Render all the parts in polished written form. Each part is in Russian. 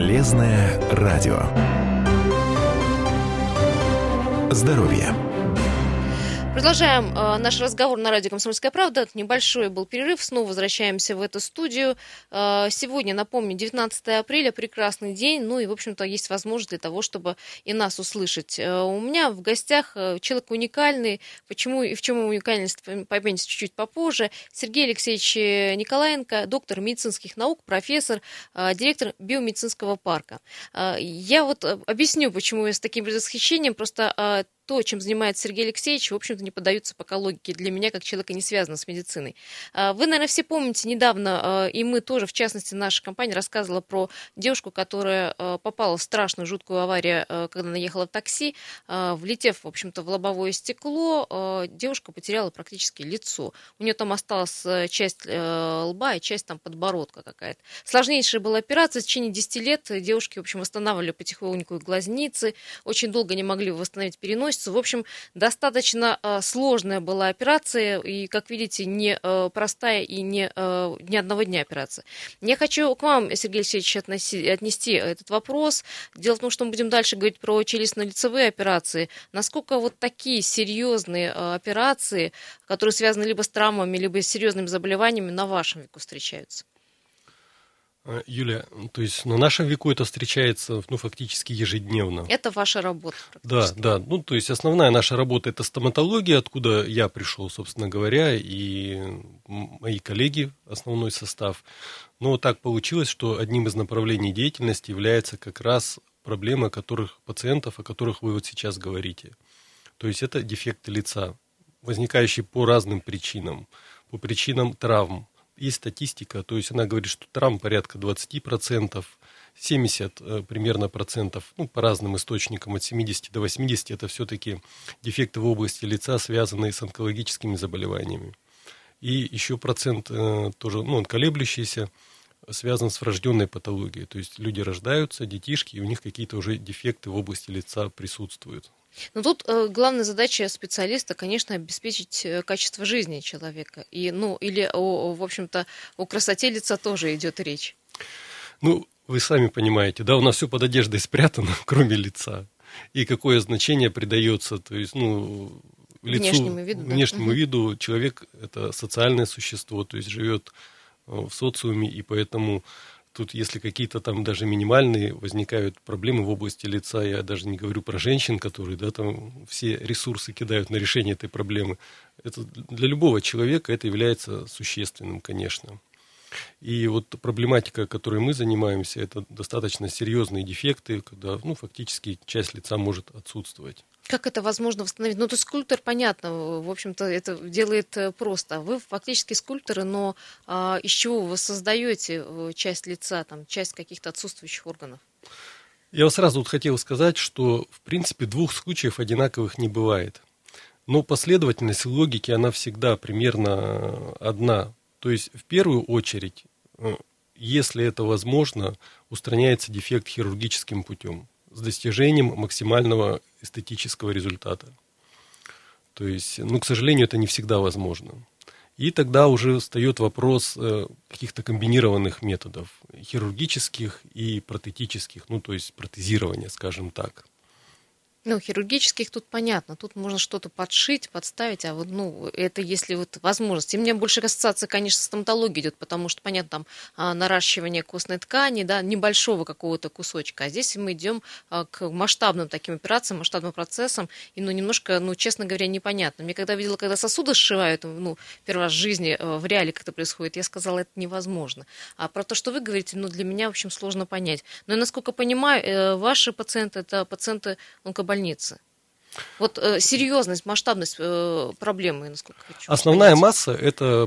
Полезное радио. Здоровье. Продолжаем наш разговор на радио «Комсомольская правда». Небольшой был перерыв, снова возвращаемся в эту студию. Сегодня, напомню, 19 апреля, прекрасный день, ну и, в общем-то, есть возможность для того, чтобы и нас услышать. У меня в гостях человек уникальный, почему и в чем уникальность, поймете чуть-чуть попозже. Сергей Алексеевич Николаенко, доктор медицинских наук, профессор, директор биомедицинского парка. Я вот объясню, почему я с таким восхищением, просто то, чем занимается Сергей Алексеевич, в общем-то, не поддается пока логике для меня, как человека, не связанного с медициной. Вы, наверное, все помните, недавно, и мы тоже, в частности, наша компания рассказывала про девушку, которая попала в страшную, жуткую аварию, когда она ехала в такси, влетев, в общем-то, в лобовое стекло, девушка потеряла практически лицо. У нее там осталась часть лба и часть там подбородка какая-то. Сложнейшая была операция, в течение 10 лет девушки, в общем, восстанавливали потихоньку глазницы, очень долго не могли восстановить переносицу. В общем, достаточно сложная была операция, и, как видите, не простая и не одного дня операция. Я хочу к вам, Сергей Алексеевич, отнести этот вопрос. Дело в том, что мы будем дальше говорить про челюстно-лицевые операции. Насколько вот такие серьезные операции, которые связаны либо с травмами, либо с серьезными заболеваниями, на вашем веку встречаются? Юлия, то есть на нашем веку это встречается, фактически ежедневно. Это ваша работа практически. Да. То есть основная наша работа – это стоматология, откуда я пришел, собственно говоря, и мои коллеги, основной состав. Но так получилось, что одним из направлений деятельности является как раз проблема пациентов, о которых вы вот сейчас говорите. То есть это дефекты лица, возникающие по разным причинам, по причинам травм. Есть статистика, то есть она говорит, что травм порядка 20%, 70% примерно процентов, по разным источникам, от 70 до 80, это все-таки дефекты в области лица, связанные с онкологическими заболеваниями. И еще процент тоже, он колеблющийся, связан с врожденной патологией. То есть люди рождаются, детишки, и у них какие-то уже дефекты в области лица присутствуют. Но тут главная задача специалиста, конечно, обеспечить качество жизни человека. И, в общем-то, о красоте лица тоже идет речь. Вы сами понимаете, да, у нас все под одеждой спрятано, кроме лица. И какое значение придается, то есть, лицу, внешнему виду. Человек – это социальное существо, то есть живет в социуме, и поэтому тут, если какие-то там даже минимальные возникают проблемы в области лица, я даже не говорю про женщин, которые, там все ресурсы кидают на решение этой проблемы. Это для любого человека это является существенным, конечно. И вот проблематика, которой мы занимаемся, это достаточно серьезные дефекты, когда, фактически часть лица может отсутствовать. Как это возможно восстановить? То есть скульптор, понятно, в общем-то, это делает просто. Вы фактически скульпторы, но из чего вы создаете часть лица, часть каких-то отсутствующих органов? Я сразу хотел сказать, что, в принципе, двух случаев одинаковых не бывает. Но последовательность логики, она всегда примерно одна. То есть, в первую очередь, если это возможно, устраняется дефект хирургическим путем с достижением максимального эстетического результата. То есть, к сожалению, это не всегда возможно. И тогда уже встает вопрос каких-то комбинированных методов, хирургических и протетических, то есть протезирования, скажем так. Хирургических тут понятно, тут можно что-то подшить, подставить, а это если возможность. И мне больше ассоциация, конечно, стоматологии идет, потому что, понятно, там наращивание костной ткани, да, небольшого какого-то кусочка, а здесь мы идем к масштабным таким операциям, масштабным процессам, и, немножко, честно говоря, непонятно. Мне когда видела, когда сосуды сшивают, первый раз в жизни, в реале как это происходит, я сказала, это невозможно. А про то, что вы говорите, для меня, в общем, сложно понять. Но, насколько понимаю, ваши пациенты, это пациенты онкобольницы. Вот серьезность, масштабность проблемы, насколько хочу. Основная масса – это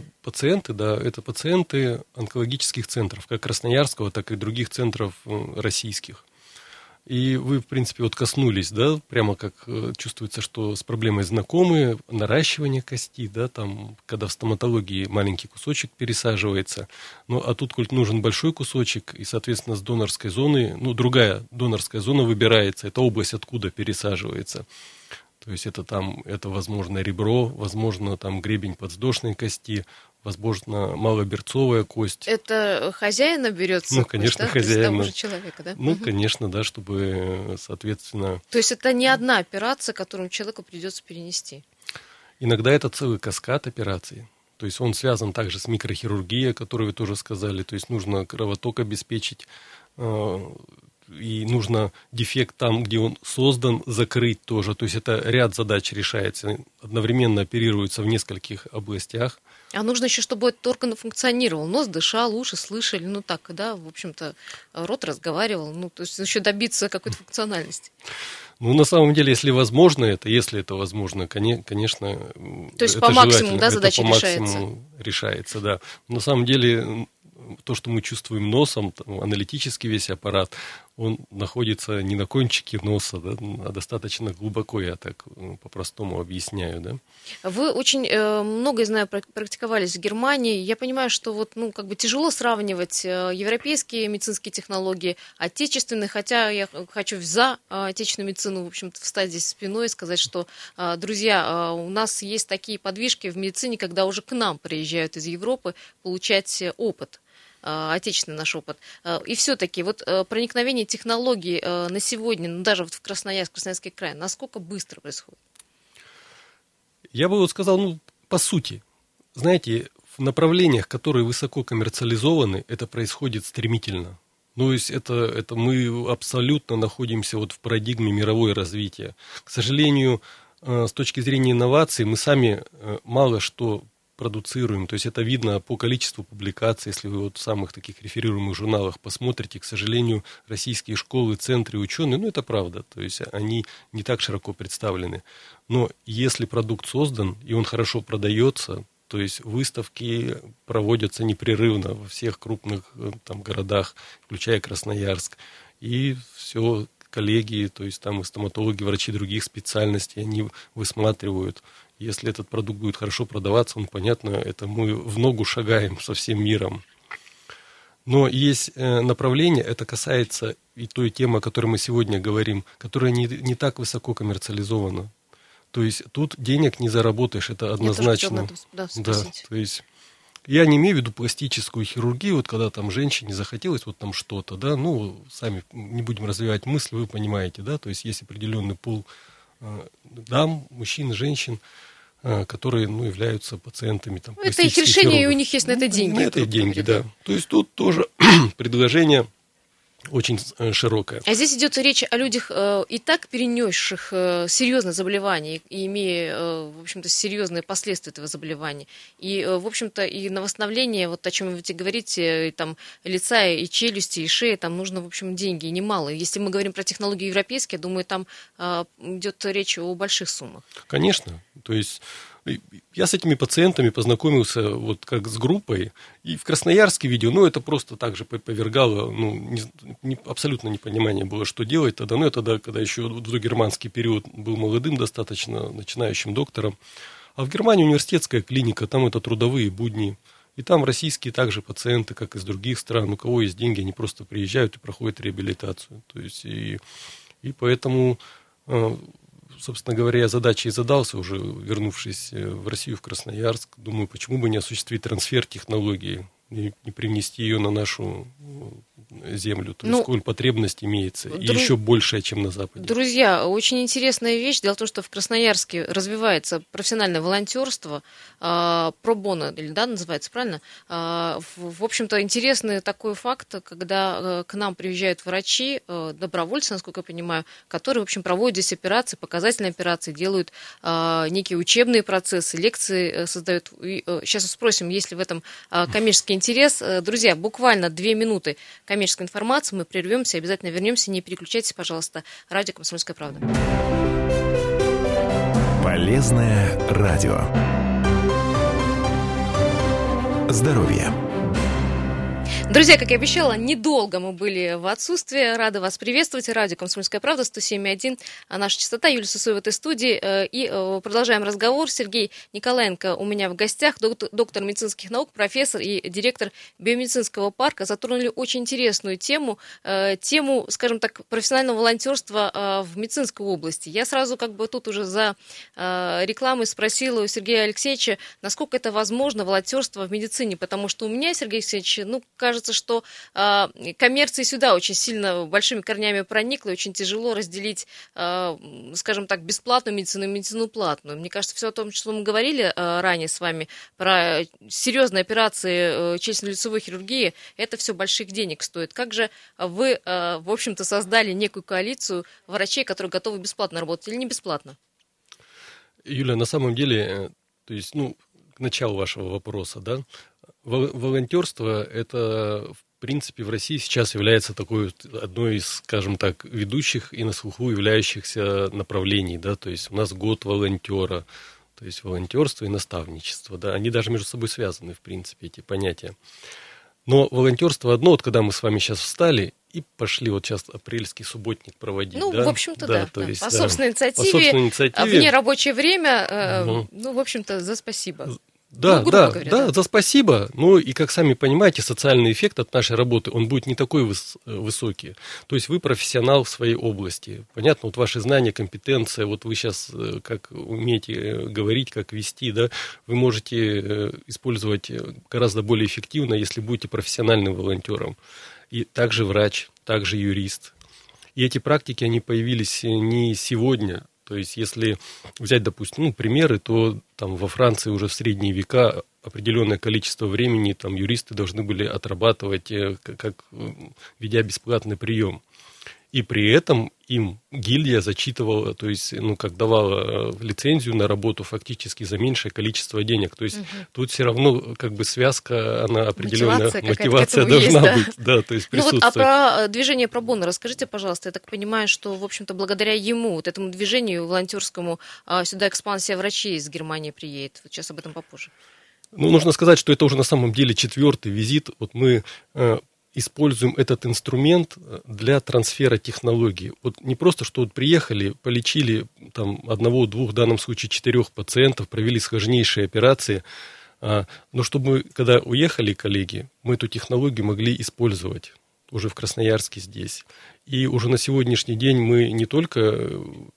пациенты онкологических центров, как Красноярского, так и других центров российских. И вы, в принципе, коснулись, да, прямо как чувствуется, что с проблемой знакомы, наращивание кости, да, там, когда в стоматологии маленький кусочек пересаживается, а тут, коль нужен большой кусочек, и, соответственно, с донорской зоны, другая донорская зона выбирается, это область, откуда пересаживается. То есть это, возможно, ребро, возможно, там гребень подвздошной кости, возможно, малоберцовая кость. Это хозяина берется? Ну, конечно, кость, да? хозяин. Того же человека, да? Ну, конечно, да, чтобы, соответственно... То есть это не одна операция, которую человеку придется перенести? Иногда это целый каскад операций. То есть он связан также с микрохирургией, о которой вы тоже сказали. То есть нужно кровоток обеспечить, и нужно дефект там, где он создан, закрыть тоже. То есть это ряд задач решается. Одновременно оперируется в нескольких областях. А нужно еще, чтобы этот орган функционировал. Нос дышал, уши слышали, ну так, да, в общем-то, рот разговаривал. Ну, то есть еще добиться какой-то функциональности. Ну, на самом деле, если это возможно, конечно, то есть это по максимуму, да, это задача по решается? Максимуму решается, да. На самом деле, то, что мы чувствуем носом, аналитический весь аппарат, он находится не на кончике носа, да, а достаточно глубоко, я так по-простому объясняю, да. Вы очень много, знаю, практиковались в Германии. Я понимаю, что вот, ну, как бы тяжело сравнивать европейские медицинские технологии, отечественные, хотя я хочу за отечественную медицину, в общем-то, встать здесь спиной и сказать, что, друзья, у нас есть такие подвижки в медицине, когда уже к нам приезжают из Европы получать опыт. Отечественный наш опыт. И все-таки вот проникновение технологий на сегодня, ну, даже вот в Красноярский край, насколько быстро происходит? Я бы вот сказал, ну, по сути, знаете, в направлениях, которые высоко коммерциализованы, это происходит стремительно. Ну, то есть это мы абсолютно находимся вот в парадигме мирового развития. К сожалению, с точки зрения инноваций, мы сами мало что продуцируем, то есть это видно по количеству публикаций, если вы вот в самых таких реферируемых журналах посмотрите, к сожалению, российские школы, центры, ученые, ну это правда, то есть они не так широко представлены, но если продукт создан и он хорошо продается, то есть выставки проводятся непрерывно во всех крупных там городах, включая Красноярск, и все коллеги, то есть там и стоматологи, врачи других специальностей, они высматривают. Если этот продукт будет хорошо продаваться, он, понятно, это мы в ногу шагаем со всем миром. Но есть направление, это касается и той темы, о которой мы сегодня говорим, которая не так высоко коммерциализована. То есть тут денег не заработаешь, это однозначно. Я тоже хотела спросить. Да, то есть я не имею в виду пластическую хирургию, вот когда там женщине захотелось вот там что-то, да, ну, сами не будем развивать мысль, вы понимаете, да, то есть есть определенный пул дам, мужчин, женщин, которые, ну, являются пациентами там, это их решение, хирургов. И у них есть на это деньги. На это деньги, да. То есть тут тоже предложение очень широкая. А здесь идет речь о людях, и так перенесших серьезное заболевание, и имея, в общем-то, серьезные последствия этого заболевания. И, в общем-то, и на восстановление, вот о чем вы говорите, и, там, лица, и челюсти, и шеи, там нужно, в общем, деньги, и немало. Если мы говорим про технологии европейские, я думаю, там идет речь о больших суммах. Конечно. То есть я с этими пациентами познакомился вот как с группой, и в Красноярске видел, ну, это просто так же повергало, ну, абсолютно непонимание было, что делать тогда. Ну, я тогда, когда еще в догерманский период был молодым достаточно, начинающим доктором, а в Германии университетская клиника, там это трудовые будни, и там российские также пациенты, как из других стран, у кого есть деньги, они просто приезжают и проходят реабилитацию. То есть, и поэтому... Собственно говоря, я задачей задался, уже вернувшись в Россию, в Красноярск. Думаю, почему бы не осуществить трансфер технологии и не привнести ее на нашу землю. То есть, сколь потребность имеется, и еще большая, чем на Западе. Друзья, очень интересная вещь. Дело в том, что в Красноярске развивается профессиональное волонтерство, пробоно, да, называется, правильно? В общем-то, интересный такой факт, когда к нам приезжают врачи, добровольцы, насколько я понимаю, которые, в общем, проводят здесь операции, показательные операции, делают некие учебные процессы, лекции создают. И сейчас спросим, есть ли в этом коммерческий интерес. Друзья, буквально 2 минуты коммерческой информации, мы прервемся, обязательно вернемся, не переключайтесь, пожалуйста. Радио «Комсомольская правда». Полезное радио. Здоровье. Друзья, как и обещала, недолго мы были в отсутствии. Рада вас приветствовать. Радио «Комсомольская правда», 107,1. Наша частота. Юлия Сысоева в этой студии. И продолжаем разговор. Сергей Николаенко у меня в гостях, доктор медицинских наук, профессор и директор биомедицинского парка. Затронули очень интересную тему, скажем так, профессионального волонтерства в медицинской области. Я сразу тут уже за рекламой спросила у Сергея Алексеевича, насколько это возможно, волонтерство в медицине, потому что у меня, Сергей Алексеевич, кажется, что коммерция сюда очень сильно большими корнями проникла, и очень тяжело разделить, скажем так, бесплатную медицину и медицину платную. Мне кажется, все о том, что мы говорили ранее с вами, про серьезные операции челюстно-лицевой хирургии, это все больших денег стоит. Как же вы, в общем-то, создали некую коалицию врачей, которые готовы бесплатно работать или не бесплатно? Юля, на самом деле, то есть, к началу вашего вопроса, да, волонтерство, это, в принципе, в России сейчас является одной из, скажем так, ведущих и на слуху являющихся направлений, да, то есть у нас год волонтера, то есть волонтерство и наставничество, да, они даже между собой связаны, в принципе, эти понятия. Но волонтерство одно, когда мы с вами сейчас встали и пошли сейчас апрельский субботник проводить. В общем-то, да. То есть, по собственной инициативе, в нерабочее время, в общем-то, за спасибо. Да, за спасибо. И, как сами понимаете, социальный эффект от нашей работы, он будет не такой высокий. То есть вы профессионал в своей области. Понятно, ваши знания, компетенция, вы сейчас как умеете говорить, как вести, да, вы можете использовать гораздо более эффективно, если будете профессиональным волонтером. И также врач, также юрист. И эти практики, они появились не сегодня. То есть, если взять, допустим, примеры, то там во Франции уже в средние века определенное количество времени там юристы должны были отрабатывать, ведя бесплатный прием. И при этом им гильдия зачитывала, то есть, давала лицензию на работу фактически за меньшее количество денег. То есть, тут все равно связка, она определенная, мотивация должна быть. Да, то есть присутствует. А про движение пробоно расскажите, пожалуйста. Я так понимаю, что, в общем-то, благодаря ему, этому движению волонтерскому, сюда экспансия врачей из Германии приедет. Сейчас об этом попозже. Нужно сказать, что это уже на самом деле 4-й визит. Мы используем этот инструмент для трансфера технологий. Не просто, что приехали, полечили 1-2, в данном случае 4 пациентов, провели сложнейшие операции, но чтобы мы, когда уехали коллеги, мы эту технологию могли использовать уже в Красноярске здесь. И уже на сегодняшний день мы не только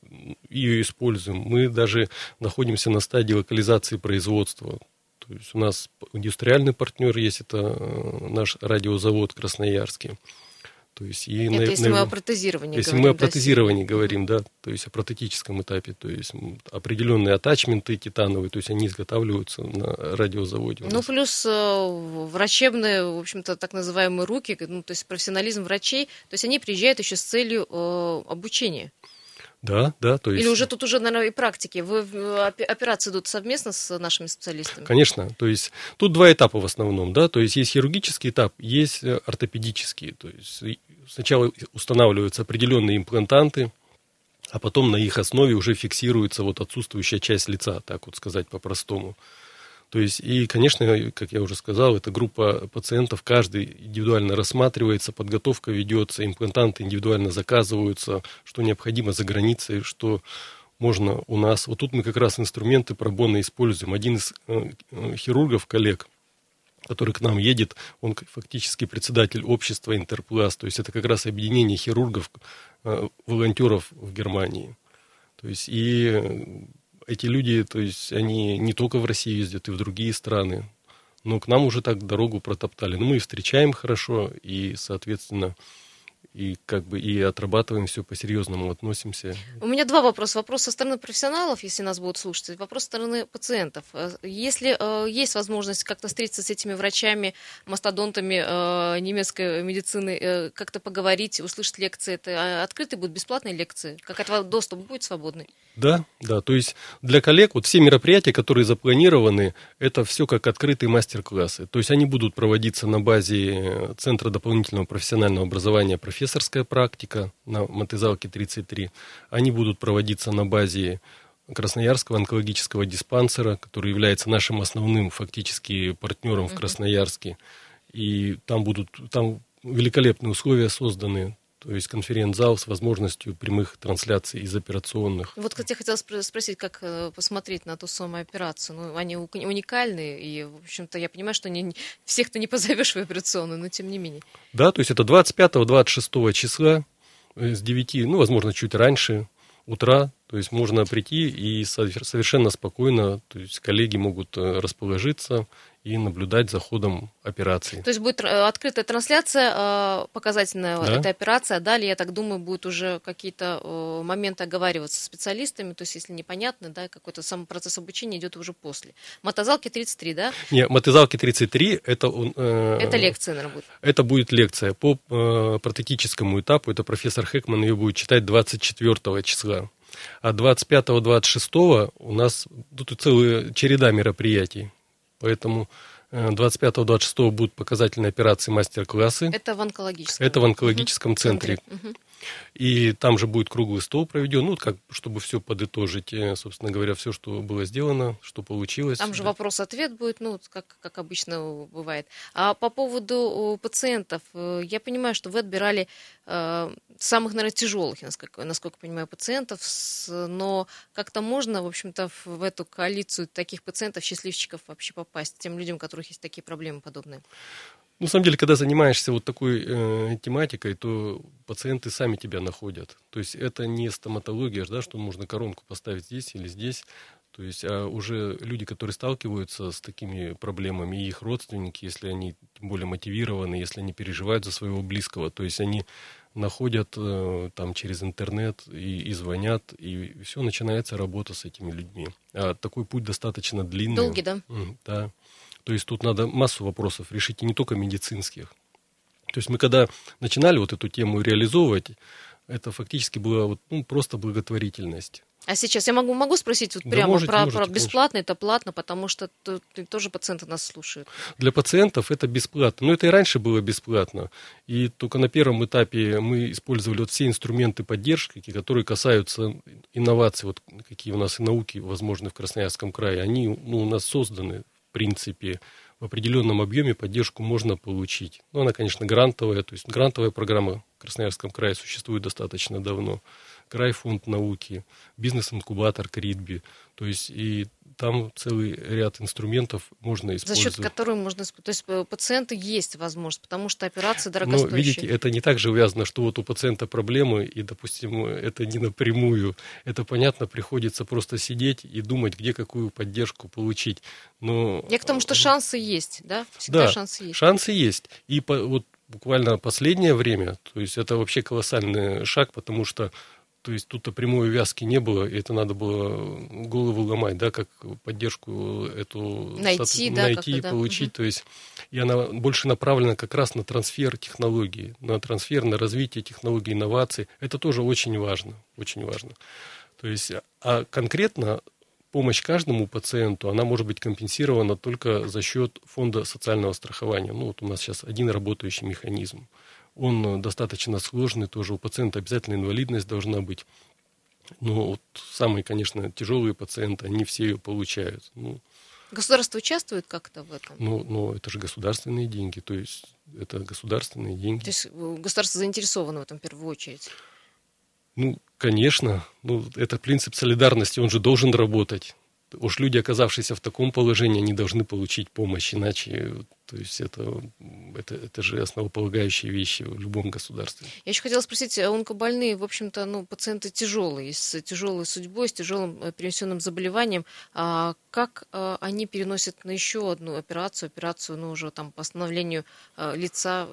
ее используем, мы даже находимся на стадии локализации производства. То есть у нас индустриальный партнер есть, это наш радиозавод Красноярский. То есть если мы о протезировании говорим. Если мы о протезировании говорим, да, то есть о протетическом этапе, то есть определенные атачменты титановые, то есть они изготавливаются на радиозаводе. Плюс врачебные, в общем-то, так называемые руки, то есть профессионализм врачей, то есть они приезжают еще с целью обучения. Да, то есть... Или уже тут наверное, и практики. Операции идут совместно с нашими специалистами? Конечно. То есть тут 2 этапа в основном, да. То есть есть хирургический этап, есть ортопедический. То есть сначала устанавливаются определенные имплантанты, а потом на их основе уже фиксируется отсутствующая часть лица, так сказать по-простому. То есть, и, конечно, как я уже сказал, это группа пациентов, каждый индивидуально рассматривается, подготовка ведется, имплантанты индивидуально заказываются, что необходимо за границей, что можно у нас. Тут мы как раз инструменты пробоно используем. Один из хирургов, коллег, который к нам едет, он фактически председатель общества Интерпласт, то есть это как раз объединение хирургов, волонтеров в Германии. То есть, и эти люди, то есть они не только в Россию ездят, и в другие страны, но к нам уже так дорогу протоптали. Мы их встречаем хорошо, и, соответственно, и отрабатываем все по-серьезному, относимся. У меня 2 вопроса. Вопрос со стороны профессионалов, если нас будут слушать, вопрос со стороны пациентов. Если есть возможность как-то встретиться с этими врачами, мастодонтами немецкой медицины, как-то поговорить, услышать лекции, это открытые будут бесплатные лекции? Какой-то доступ будет свободный? Да, то есть для коллег все мероприятия, которые запланированы, это все как открытые мастер-классы. То есть они будут проводиться на базе Центра дополнительного профессионального образования «Профессорская практика» на Мотызалке 33. Они будут проводиться на базе Красноярского онкологического диспансера, который является нашим основным фактически партнером в Красноярске. и там великолепные условия созданы. То есть конференц-зал с возможностью прямых трансляций из операционных. Вот, кстати, я хотела спросить, как посмотреть на ту самую операцию. Ну, они уникальны, и, в общем-то, я понимаю, что всех ты не позовешь в операционную, но тем не менее. Да, то есть это 25-26 числа с 9, ну, возможно, чуть раньше утра. То есть можно прийти и совершенно спокойно, то есть коллеги могут расположиться и наблюдать за ходом операции. То есть будет открытая трансляция показательная Да. этой операции, а далее, я так думаю, будут уже какие-то моменты оговариваться с специалистами, то есть если непонятно, да, какой-то сам процесс обучения идет уже после. Мотозалки 33, да? Нет, мотозалки 33 это лекция, наверное, будет. Это будет лекция по протетическому этапу. Это профессор Хекман ее будет читать 24 числа. А 25-26 у нас тут целая череда мероприятий. Поэтому 25-26 будут показательные операции, мастер-классы. Это в онкологическом. Это в онкологическом центре. И там же будет круглый стол проведен, ну, как, чтобы все подытожить, собственно говоря, все, что было сделано, что получилось. Там же вопрос-ответ будет, ну, как обычно бывает. А по поводу пациентов, я понимаю, что вы отбирали самых, наверное, тяжелых, насколько понимаю, пациентов, но как-то можно, в общем-то, в эту коалицию таких пациентов, счастливчиков вообще попасть, тем людям, у которых есть такие проблемы подобные? Ну, на самом деле, когда занимаешься вот такой тематикой, то пациенты сами тебя находят. То есть это не стоматология, да, что можно коронку поставить здесь или здесь. То есть, а уже люди, которые сталкиваются с такими проблемами, и их родственники, если они тем более мотивированы, если они переживают за своего близкого, то есть они находят там через интернет и звонят, и все, начинается работа с этими людьми. А такой путь достаточно длинный. Долгий, да? Да. То есть тут надо массу вопросов решить, и не только медицинских. То есть мы когда начинали вот эту тему реализовывать, это фактически была вот, просто благотворительность. А сейчас я могу спросить вот прямо про бесплатно, это платно, потому что тоже пациенты нас слушают. Для пациентов это бесплатно. Но это и раньше было бесплатно. И только на первом этапе мы использовали вот все инструменты поддержки, которые касаются инноваций, вот какие у нас и науки возможны в Красноярском крае. Они у нас созданы. В принципе, в определенном объеме поддержку можно получить. Но она, конечно, грантовая. То есть грантовая программа в Красноярском крае существует достаточно давно. Крайфонд науки, бизнес-инкубатор КРИТБИ. То есть и там целый ряд инструментов можно использовать. За счет которых можно использовать. То есть пациенту есть возможность, потому что операция дорогостоящая. Но, видите, это не так же увязано, что вот у пациента проблемы, и, допустим, это не напрямую. Это, понятно, приходится просто сидеть и думать, где какую поддержку получить. Но... Я к тому, что шансы есть, да? Всегда да, шансы есть. Шансы есть. И вот буквально последнее время, то есть это вообще колоссальный шаг, потому что то есть тут-то прямой увязки не было, и это надо было голову ломать, да, как поддержку эту найти, получить. То есть, и она больше направлена как раз на трансфер технологий, на трансфер, на развитие технологий, инноваций. Это тоже очень важно, очень важно. То есть, а конкретно помощь каждому пациенту, она может быть компенсирована только за счет фонда социального страхования. Ну, вот у нас сейчас один работающий механизм. Он достаточно сложный, тоже у пациента обязательно инвалидность должна быть. Но вот самые, конечно, тяжелые пациенты, они все ее получают. Государство участвует как-то в этом? Ну, это же государственные деньги, то есть это государственные деньги. То есть государство заинтересовано в этом в первую очередь? Ну, конечно, это принцип солидарности, он же должен работать. Уж люди, оказавшиеся в таком положении, они должны получить помощь, иначе, то есть это же основополагающие вещи в любом государстве. Я еще хотела спросить, онкобольные, в общем-то, пациенты тяжелые, с тяжелой судьбой, с тяжелым перенесенным заболеванием, как они переносят на еще одну операцию, уже там по восстановлению лица?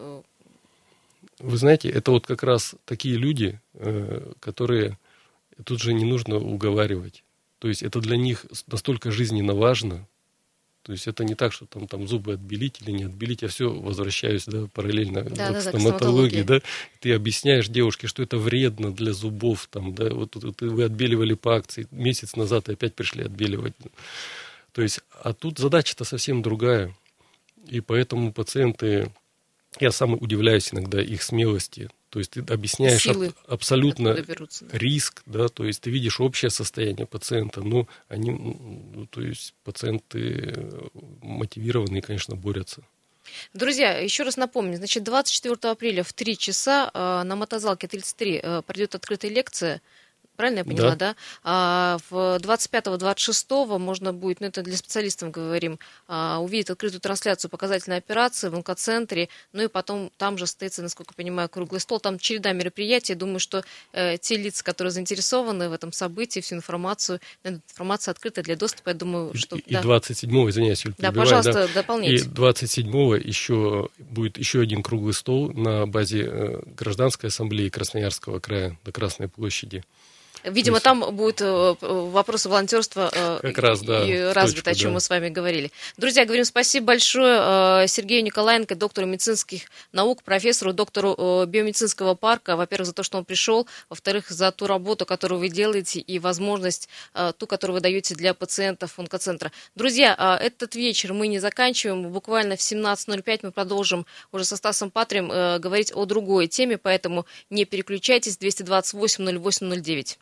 Вы знаете, это вот как раз такие люди, которые тут же не нужно уговаривать. То есть это для них настолько жизненно важно. То есть это не так, что там зубы отбелить или не отбелить. Я все возвращаюсь параллельно к стоматологии. Да? Ты объясняешь девушке, что это вредно для зубов. Вот вы отбеливали по акции месяц назад и опять пришли отбеливать. То есть, а тут задача-то совсем другая. И поэтому пациенты, я сам удивляюсь иногда их смелости. То есть ты объясняешь абсолютно риск, да, то есть ты видишь общее состояние пациента, то есть пациенты мотивированные, конечно, борются. Друзья, еще раз напомню, значит, 24 апреля в 3 часа на Мотозалке 33 пройдет открытая лекция. Правильно я поняла, да? В 25-26 можно будет, это для специалистов говорим, увидеть открытую трансляцию показательной операции в онкоцентре, и потом там же состоится, насколько я понимаю, круглый стол. Там череда мероприятий. Думаю, что те лица, которые заинтересованы в этом событии, всю информация открыта для доступа. Я думаю, что... И 27-го, извиняюсь, Юль, да, пожалуйста, дополните. И 27-го будет еще один круглый стол на базе Гражданской ассамблеи Красноярского края на Красной площади. Видимо, там будут вопросы волонтерства как раз, да, и развиты, о чем мы с вами говорили. Друзья, говорим спасибо большое Сергею Николаенко, доктору медицинских наук, профессору, доктору биомедицинского парка. Во-первых, за то, что он пришел. Во-вторых, за ту работу, которую вы делаете, и возможность, ту, которую вы даете для пациентов онкоцентра. Друзья, этот вечер мы не заканчиваем. Буквально в 17:05 мы продолжим уже со Стасом Патрием говорить о другой теме, поэтому не переключайтесь. 228-08-09.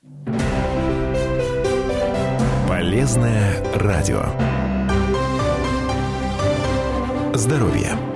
Полезное радио. Здоровье.